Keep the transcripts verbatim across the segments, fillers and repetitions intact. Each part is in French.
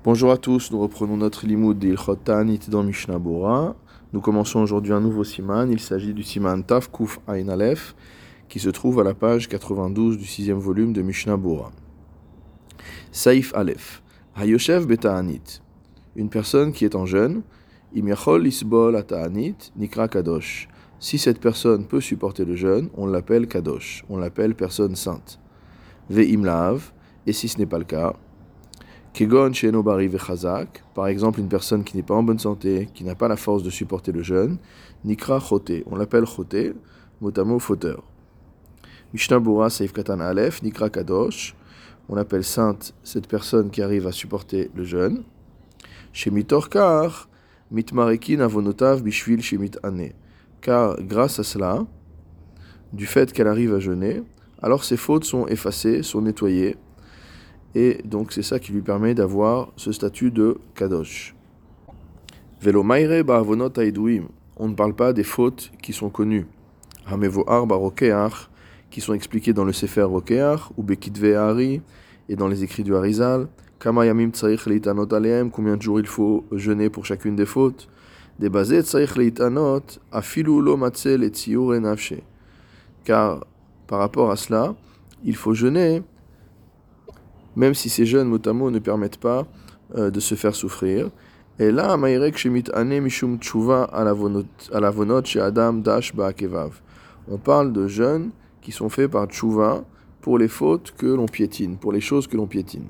Bonjour à tous, nous reprenons notre limoud d'Ilchot Ta'anit dans Mishnah Bora. Nous commençons aujourd'hui un nouveau siman, il s'agit du siman Taf Kuf Ain Aleph, qui se trouve à la page quatre-vingt-douze du sixième volume de Mishnah Bora. Saif Aleph, Hayoshev Beta'anit, une personne qui est en jeûne, Im Yachol Isbol Ata'anit Nikra Kadosh. Si cette personne peut supporter le jeûne, on l'appelle Kadosh, on l'appelle personne sainte. Ve'im La'av, et si ce n'est pas le cas, Kegon she'eno bari vechazak, par exemple une personne qui n'est pas en bonne santé, qui n'a pas la force de supporter le jeûne, nikra choté, on l'appelle choté, motamo fauteur. Mishnah Bora Seif Katan Aleph, nikra kadosh, on appelle sainte cette personne qui arrive à supporter le jeûne. Shemitor kar, mitmarekin avonotav bishvil shemit ane, car grâce à cela, du fait qu'elle arrive à jeûner, alors ses fautes sont effacées, sont nettoyées, et donc c'est ça qui lui permet d'avoir ce statut de Kadosh. Velo maire ba'avonot ha'eduim, on ne parle pas des fautes qui sont connues. Hamevoar barokeach, qui sont expliquées dans le Sefer Rokeach, ou Bekitve Hari, et dans les écrits du Harizal. Kama yamim tzarich leitanot aleem, combien de jours il faut jeûner pour chacune des fautes. Debazet tzarich leitanot, afilu lo matzel et tziur nafshe. Car par rapport à cela, il faut jeûner même si ces jeûnes motamo ne permettent pas euh, de se faire souffrir. Et là, maïrek shemit ane mishum tshuva à la vonot chez Adam dash ba'akevav. On parle de jeûnes qui sont faits par tshuva pour les fautes que l'on piétine, pour les choses que l'on piétine.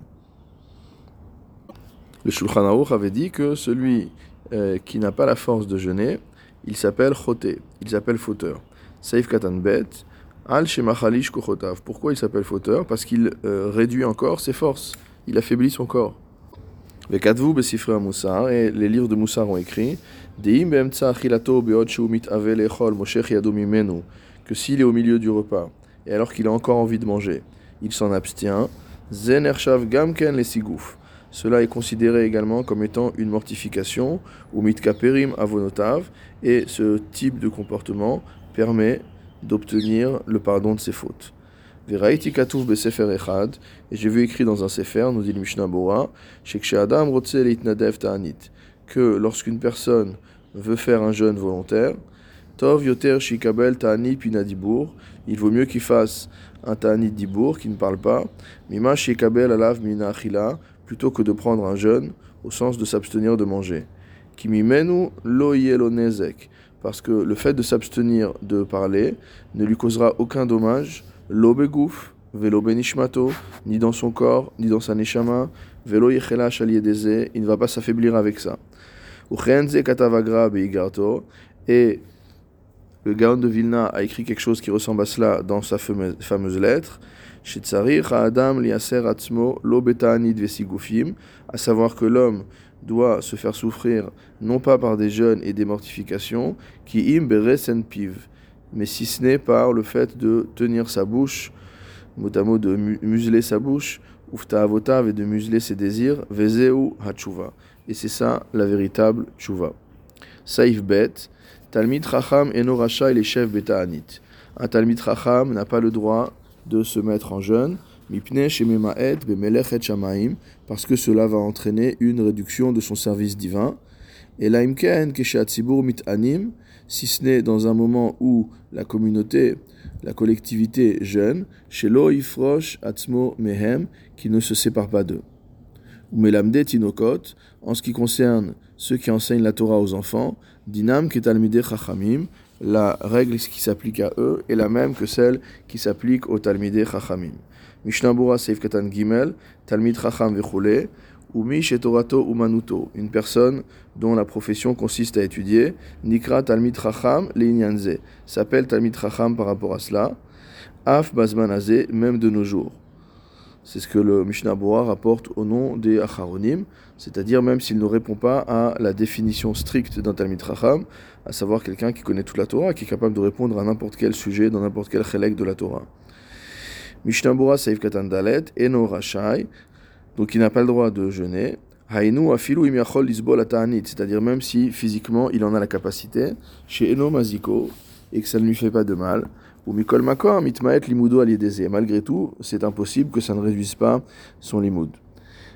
Le Shulchan Aruch avait dit que celui euh, qui n'a pas la force de jeûner, il s'appelle choté, il s'appelle fauteur. Seif katan bet. Al shemachalish kochotav. Pourquoi il s'appelle fauteur? Parce qu'il euh, réduit encore ses forces. Il affaiblit son corps. Vekadvu besifrei Moussar, et les livres de Moussar ont écrit Deim be'emtsa achilato be'od shehu mitave lechol moshech yado mimenu, que s'il est au milieu du repas et alors qu'il a encore envie de manger, il s'en abstient. Zen ershav gamken lesigouf. Cela est considéré également comme étant une mortification ou mitkaperim avonotav, et ce type de comportement permet d'obtenir le pardon de ses fautes. Veraiti katuv besefer echad, et j'ai vu écrit dans un sefer, nous dit le Mishnah Bora, shekshe adam rotze leitnadev ta'anit, que lorsqu'une personne veut faire un jeûne volontaire, tov yoter shikabel ta'anit pinadibur, il vaut mieux qu'il fasse un ta'anit dibur qui ne parle pas, mima shikabel alav mina achila, plutôt que de prendre un jeûne au sens de s'abstenir de manger. Kimimenu lo yelo nezek, parce que le fait de s'abstenir de parler ne lui causera aucun dommage, lo begouf, velo benishmato, ni dans son corps, ni dans sa neshama, velo yechela shaliedeze, il ne va pas s'affaiblir avec ça. Uchenze katavagra beigarto, et le Gaon de Vilna a écrit quelque chose qui ressemble à cela dans sa fameuse, fameuse lettre, Shetzarich ha'adam liaser atzmo lo beta'anit vesigufim, à savoir que l'homme doit se faire souffrir non pas par des jeûnes et des mortifications, qui im beresen piv, mais si ce n'est par le fait de tenir sa bouche, mot à mot de museler sa bouche, ufta avotav, et de museler ses désirs, vezeu hatshuva. Et c'est ça la véritable tshuva. Saif bet, talmid chacham eno rashaï leshev beta'anit. Un talmid chacham n'a pas le droit de se mettre en jeûne, mipne shememaet bemelechet shamaim, parce que cela va entraîner une réduction de son service divin. Et laimken keshatzibur mitanim, si ce n'est dans un moment où la communauté, la collectivité jeûne, shelo ifrosh atzmo mehem, qui ne se sépare pas d'eux. Ou melamde tinokot, en ce qui concerne ceux qui enseignent la Torah aux enfants, dinam ketalmide chachamim, la règle qui s'applique à eux est la même que celle qui s'applique aux talmidei chachamim. Mishnah Bora Seif Katan Gimel, Talmid Chacham Vechule, ou Mish Etorato Umanuto, une personne dont la profession consiste à étudier, Nikra Talmid Chacham Leinyanze, s'appelle Talmid Chacham par rapport à cela, Af Bazmanazé, même de nos jours. C'est ce que le Mishnah Bora rapporte au nom des Acharonim, c'est-à-dire même s'il ne répond pas à la définition stricte d'un Talmid Chacham, à savoir quelqu'un qui connaît toute la Torah, qui est capable de répondre à n'importe quel sujet dans n'importe quel chélek de la Torah. Mishnah Bora Seif Katan Dalet, Eno Rashai, donc il n'a pas le droit de jeûner. Hainu afilu im yachol lisbol ata'anit, c'est-à-dire même si physiquement il en a la capacité, chez Eno Maziko, et que ça ne lui fait pas de mal. Ou mikol makor mitmaet limudo aliedeze. Malgré tout, c'est impossible que ça ne réduise pas son limoud.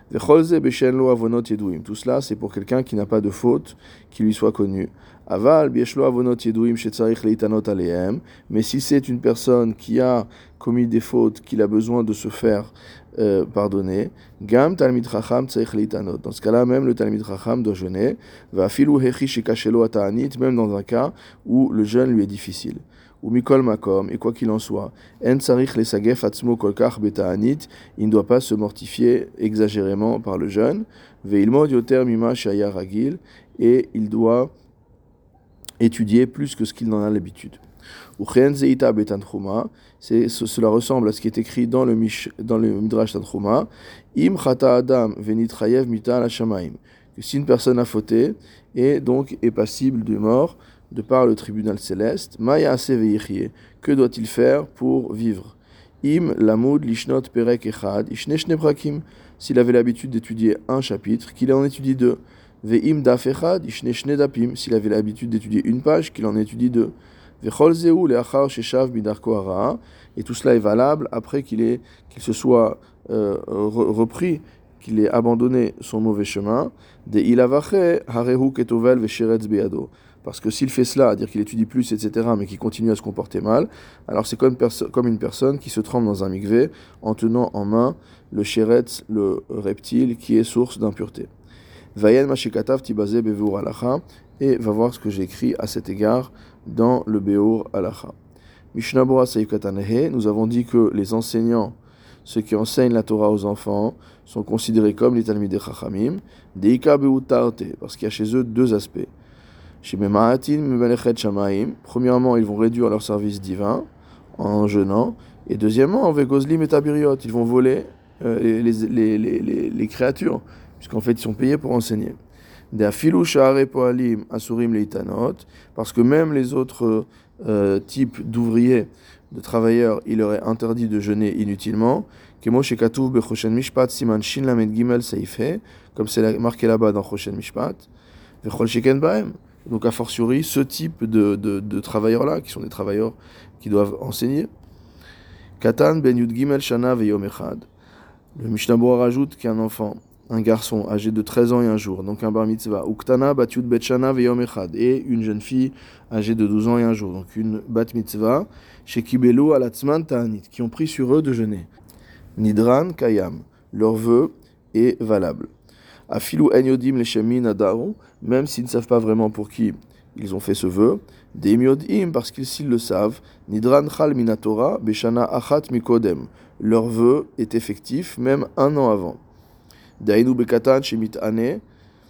Vechol ze beshen lo avonot yeduim. Tout cela, c'est pour quelqu'un qui n'a pas de faute qui lui soit connue. Aval bieshlo avonot yeduim shetzarich leitanot alehem. Mais si c'est une personne qui a commis des fautes, qu'il a besoin de se faire euh, pardonner, gam talmid chacham tzarich leitanot. Dans ce cas-là, même le talmid chacham doit jeûner. Vafilu hechi shekashelo ata'anit, même dans un cas où le jeûne lui est difficile. Ou mikol makom, et quoi qu'il en soit, en tsarich lesagef atzmo kolkach beta'anit, il ne doit pas se mortifier exagérément par le jeûne. Veilmod yoter mima shaya ragil, et il doit étudier plus que ce qu'il n'en a l'habitude. Ou chen zeita betanchuma, c'est cela ressemble à ce qui est écrit dans le mish, dans le midrash tanchuma. Im chata adam venitrayev mita la shamaim, que si une personne a fauté et donc est passible de mort de par le tribunal céleste, Maya Aseveichie, que doit-il faire pour vivre? Im Lamoud Lishnot Perek Echad, Ishne Shne Prakim, s'il avait l'habitude d'étudier un chapitre, qu'il en étudie deux. Ve'im Daf Echad, Ishne Shne Dapim, s'il avait l'habitude d'étudier une page, qu'il en étudie deux. Ve'chol Zeu Leachar Sheshav Bidarko Hara, et tout cela est valable après qu'il ait, qu'il se soit euh, repris, qu'il ait abandonné son mauvais chemin. De Ilavache Harehu Ketovel Vesheretz Beado. Parce que s'il fait cela, à dire qu'il étudie plus, et cetera, mais qu'il continue à se comporter mal, alors c'est comme, perso- comme une personne qui se trempe dans un mikvé en tenant en main le sheretz, le reptile, qui est source d'impureté. Vayen mashikatav tibazé bevur alacha, et va voir ce que j'ai écrit à cet égard dans le Beur alacha. Mishnah Bora Seif Katanehe, nous avons dit que les enseignants, ceux qui enseignent la Torah aux enfants, sont considérés comme les Talmidei Chachamim, deika beutarte, parce qu'il y a chez eux deux aspects. Premièrement, ils vont réduire leur service divin en jeûnant. Et deuxièmement, vegozlim et tabiriot, ils vont voler euh, les, les, les, les, les créatures, puisqu'en fait, ils sont payés pour enseigner. Parce que même les autres euh, types d'ouvriers, de travailleurs, il leur est interdit de jeûner inutilement. Comme c'est marqué là-bas dans Choshen Mishpat. Donc, a fortiori, ce type de, de, de travailleurs-là, qui sont des travailleurs qui doivent enseigner. Katan ben Yud Gimel Shana veyom echad. Le Mishnah Bora rajoute qu'un enfant, un garçon âgé de treize ans et un jour, donc un bar mitzvah, Uktana bat Yud Bet Shana veyom echad, et une jeune fille âgée de douze ans et un jour, donc une bat mitzvah, chez Kibelu alatzman ta'anit, qui ont pris sur eux de jeûner. Nidran kayam, leur vœu est valable. Afilu en yodim leshemin adaru, même s'ils ne savent pas vraiment pour qui ils ont fait ce vœu, deim yodim, parce qu'ils s'ils le savent, nidran chal minatora beshana achat mikodem, leur vœu est effectif même un an avant. Dainu bekatan shemit ane,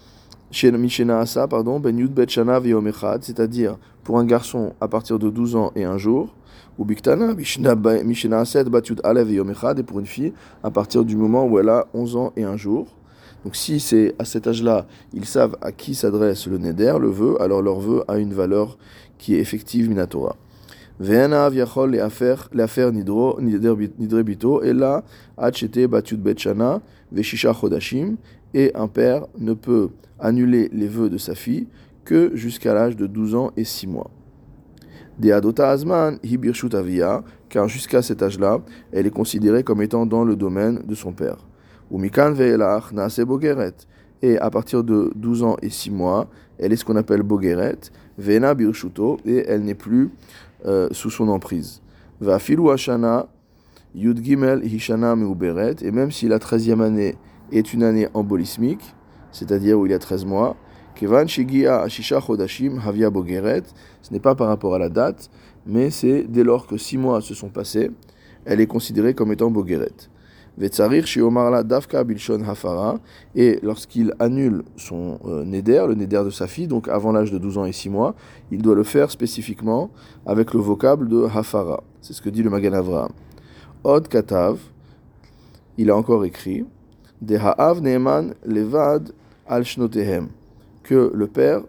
mishena asa, pardon, ben yud bet shana veyom echad, c'est-à-dire pour un garçon à partir de douze ans et un jour, ou biktana mishena aset bat yud ale veyom echad, et pour une fille à partir du moment où elle a onze ans et un jour. Donc si c'est à cet âge-là, ils savent à qui s'adresse le neder, le vœu, alors leur vœu a une valeur qui est effective minatora. Ve'ena yachol le'afer nidro nidre bito ela achete batut betchana ve'shisha chodashim, et un père ne peut annuler les vœux de sa fille que jusqu'à l'âge de douze ans et six mois. De adota azman hi birshut avia, car jusqu'à cet âge-là, elle est considérée comme étant dans le domaine de son père. Umikan ve'elach naase bogeret, et à partir de douze ans et six mois, elle est ce qu'on appelle bogeret, ve'ena birshuto, et elle n'est plus euh, sous son emprise. Va'afilu hashana yud gimel hishana meuberet, et même si la treizième année est une année embolismique, c'est-à-dire où il y a treize mois, kevan shigia ashisha chodashim havia bogeret, ce n'est pas par rapport à la date, mais c'est dès lors que six mois se sont passés, elle est considérée comme étant bogeret. Vetzarir shiomarla davka bilshon hafara, et lorsqu'il annule son euh, neder, le neder de sa fille, donc avant l'âge de douze ans et six mois, il doit le faire spécifiquement avec le vocable de hafara. C'est ce que dit le Magen Avraham. Od katav, il a encore écrit, de ha'av neeman levad al shnotehem, que le père,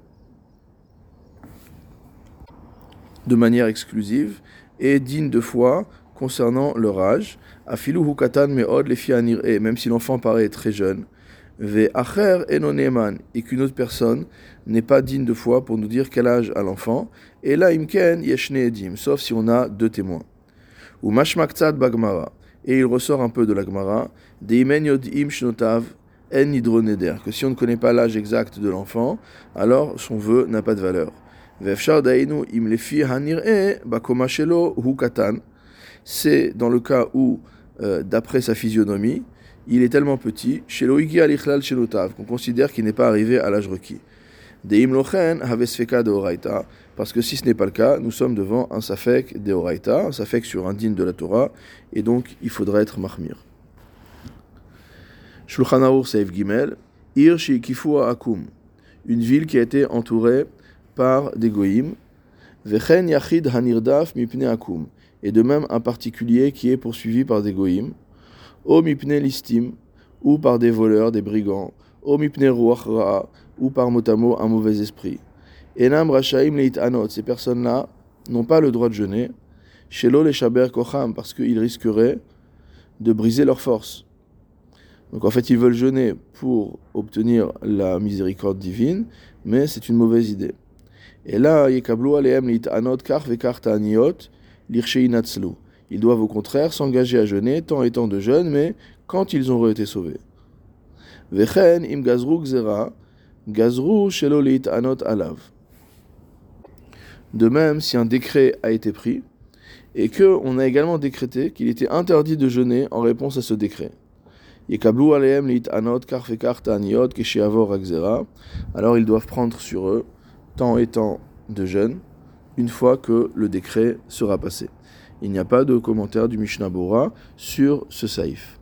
de manière exclusive, est digne de foi concernant leur âge, afilu hu katan me'od lefi hanir'e, même si l'enfant paraît très jeune, ve'acher eno neeman, et qu'une autre personne n'est pas digne de foi pour nous dire quel âge a l'enfant, et là imken yeshne edim, sauf si on a deux témoins. Ou mashmak tzad bagmara, et il ressort un peu de la Gemara, deimen yodim shnotav en nidro neder, que si on ne connaît pas l'âge exact de l'enfant, alors son vœu n'a pas de valeur. Ve'efshar dainu im lefi hanir'e bakoma shelo hu katan. C'est dans le cas où, euh, d'après sa physionomie, il est tellement petit, shelo igi alichlal shelotav, qu'on considère qu'il n'est pas arrivé à l'âge requis. Deim lochen havesfeka de oraita, parce que si ce n'est pas le cas, nous sommes devant un safek de oraita, un safek sur un digne de la Torah, et donc il faudra être mahmir. Shulchan Aruch Seif Gimel, Ir Sheikifua Akum, une ville qui a été entourée par des goïms, Vechen Yachid Hanirdaf Mipne Akum, et de même un particulier qui est poursuivi par des goïms, O Mipne Listim, ou par des voleurs, des brigands, O Mipne Ruach Ra'a, ou par motamo un mauvais esprit. Enam Rachaim Leit Anot, ces personnes-là n'ont pas le droit de jeûner, Shelo le Shaber Kocham, parce qu'ils risqueraient de briser leur force. Donc en fait, ils veulent jeûner pour obtenir la miséricorde divine, mais c'est une mauvaise idée. Et là, Yekablu alehem lit anot kar vekar ta'aniot lirshei natzlu. Ils doivent au contraire s'engager à jeûner tant et tant de jeûnes, mais quand ils auront été sauvés. Vechen im gazru gzera gazru shelo lit anot alav. De même, si un décret a été pris et que on a également décrété qu'il était interdit de jeûner en réponse à ce décret. Yekablu alehem lit anot kar vekar ta'aniot keshiavor agzera. Alors ils doivent prendre sur eux tant et tant de jeûne une fois que le décret sera passé. Il n'y a pas de commentaire du Mishnah Bora sur ce saïf.